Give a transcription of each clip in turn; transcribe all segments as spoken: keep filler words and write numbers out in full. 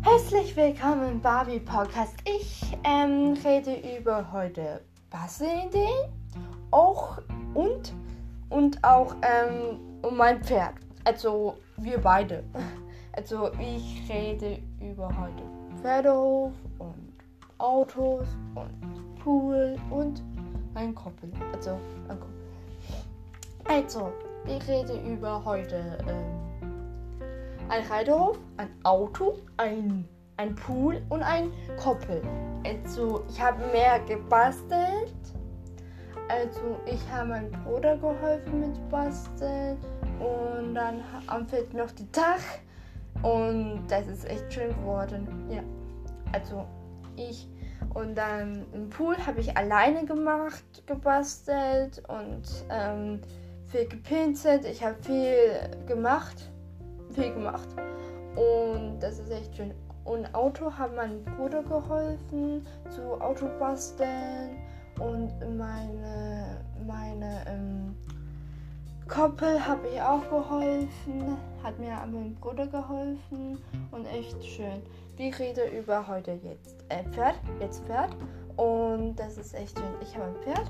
Herzlich willkommen im Barbie Podcast. Ich ähm, rede über heute Bastelideen auch und, und auch ähm, um mein Pferd. Also wir beide. Also ich rede über heute Pferdehof und Autos und Pool und ein Koppel. Also ein Koppel. Also ich rede über heute ähm, ein Reiterhof, ein Auto, ein, ein Pool und ein Koppel. Also ich habe mehr gebastelt. Also ich habe meinem Bruder geholfen mit Basteln und dann am fehlt noch die Dach und das ist echt schön geworden. Ja, also ich und dann im Pool habe ich alleine gemacht, gebastelt und ähm, viel gepinselt. Ich habe viel gemacht. viel gemacht und das ist echt schön. Und Auto hat meinem Bruder geholfen zu Auto basteln und meine meine ähm, Koppel habe ich auch geholfen, hat mir mein Bruder geholfen und echt schön. Wir reden über heute jetzt äh, Pferd, jetzt Pferd und das ist echt schön. Ich habe ein Pferd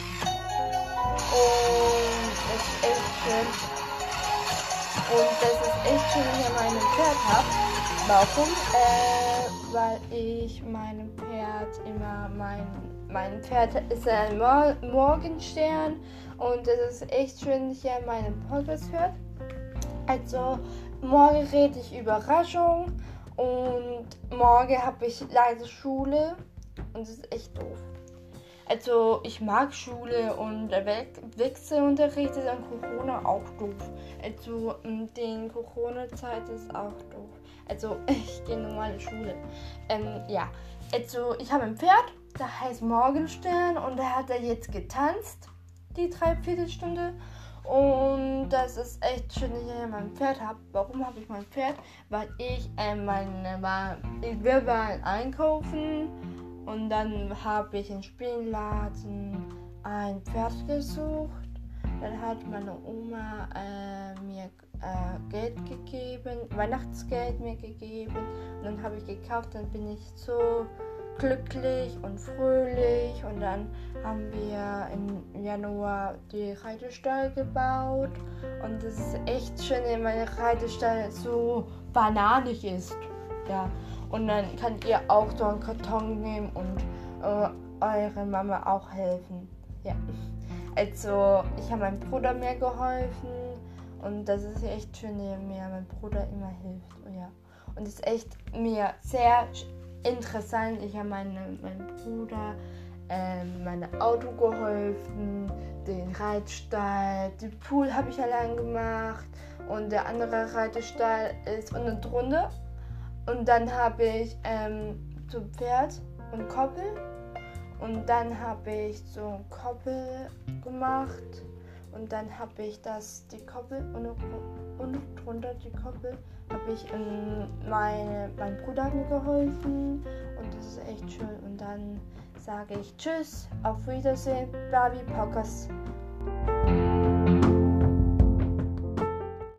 und es ist echt schön. Und das ist echt schön, wenn ich mein Pferd habe. Warum? Äh, weil ich meinem Pferd immer mein, mein Pferd ist ein Mor- Morgenstern und es ist echt schön, wenn ihr meinen Podcast hört. Also morgen rede ich Überraschung und morgen habe ich leider Schule und es ist echt doof. Also ich mag Schule und der We- Wechselunterricht ist an Corona auch doof. Also die Corona-Zeit ist auch doof. Also ich gehe normale Schule. Ähm, ja, also ich habe ein Pferd, der heißt Morgenstern und der hat da jetzt getanzt, die Dreiviertelstunde. Und das ist echt schön, dass ich mein Pferd habe. Warum habe ich mein Pferd? Weil ich äh, meine, war, ich will mal einkaufen. Und dann habe ich im Spielladen ein Pferd gesucht. Dann hat meine Oma äh, mir äh, Geld gegeben, Weihnachtsgeld mir gegeben. Und dann habe ich gekauft, dann bin ich so glücklich und fröhlich. Und dann haben wir im Januar die Reitstall gebaut. Und es ist echt schön, wenn meine Reitstall so bananig ist. Ja. Und dann könnt ihr auch so einen Karton nehmen und äh, eure Mama auch helfen. Ja. Also, ich habe meinem Bruder mehr geholfen und das ist echt schön, dass mir mein Bruder immer hilft. Und ja. Und es ist echt mir sehr interessant. Ich habe meine, meinem Bruder äh, mein Auto geholfen, den Reitstall, den Pool habe ich allein gemacht und der andere Reitstall ist unten drunter. Und dann habe ich ähm, so ein Pferd und Koppel. Und dann habe ich so ein Koppel gemacht. Und dann habe ich das, die Koppel und, und drunter die Koppel habe ich ähm, meine, mein Bruder hat mir geholfen. Und das ist echt schön. Und dann sage ich Tschüss, auf Wiedersehen, Barbie Podcast.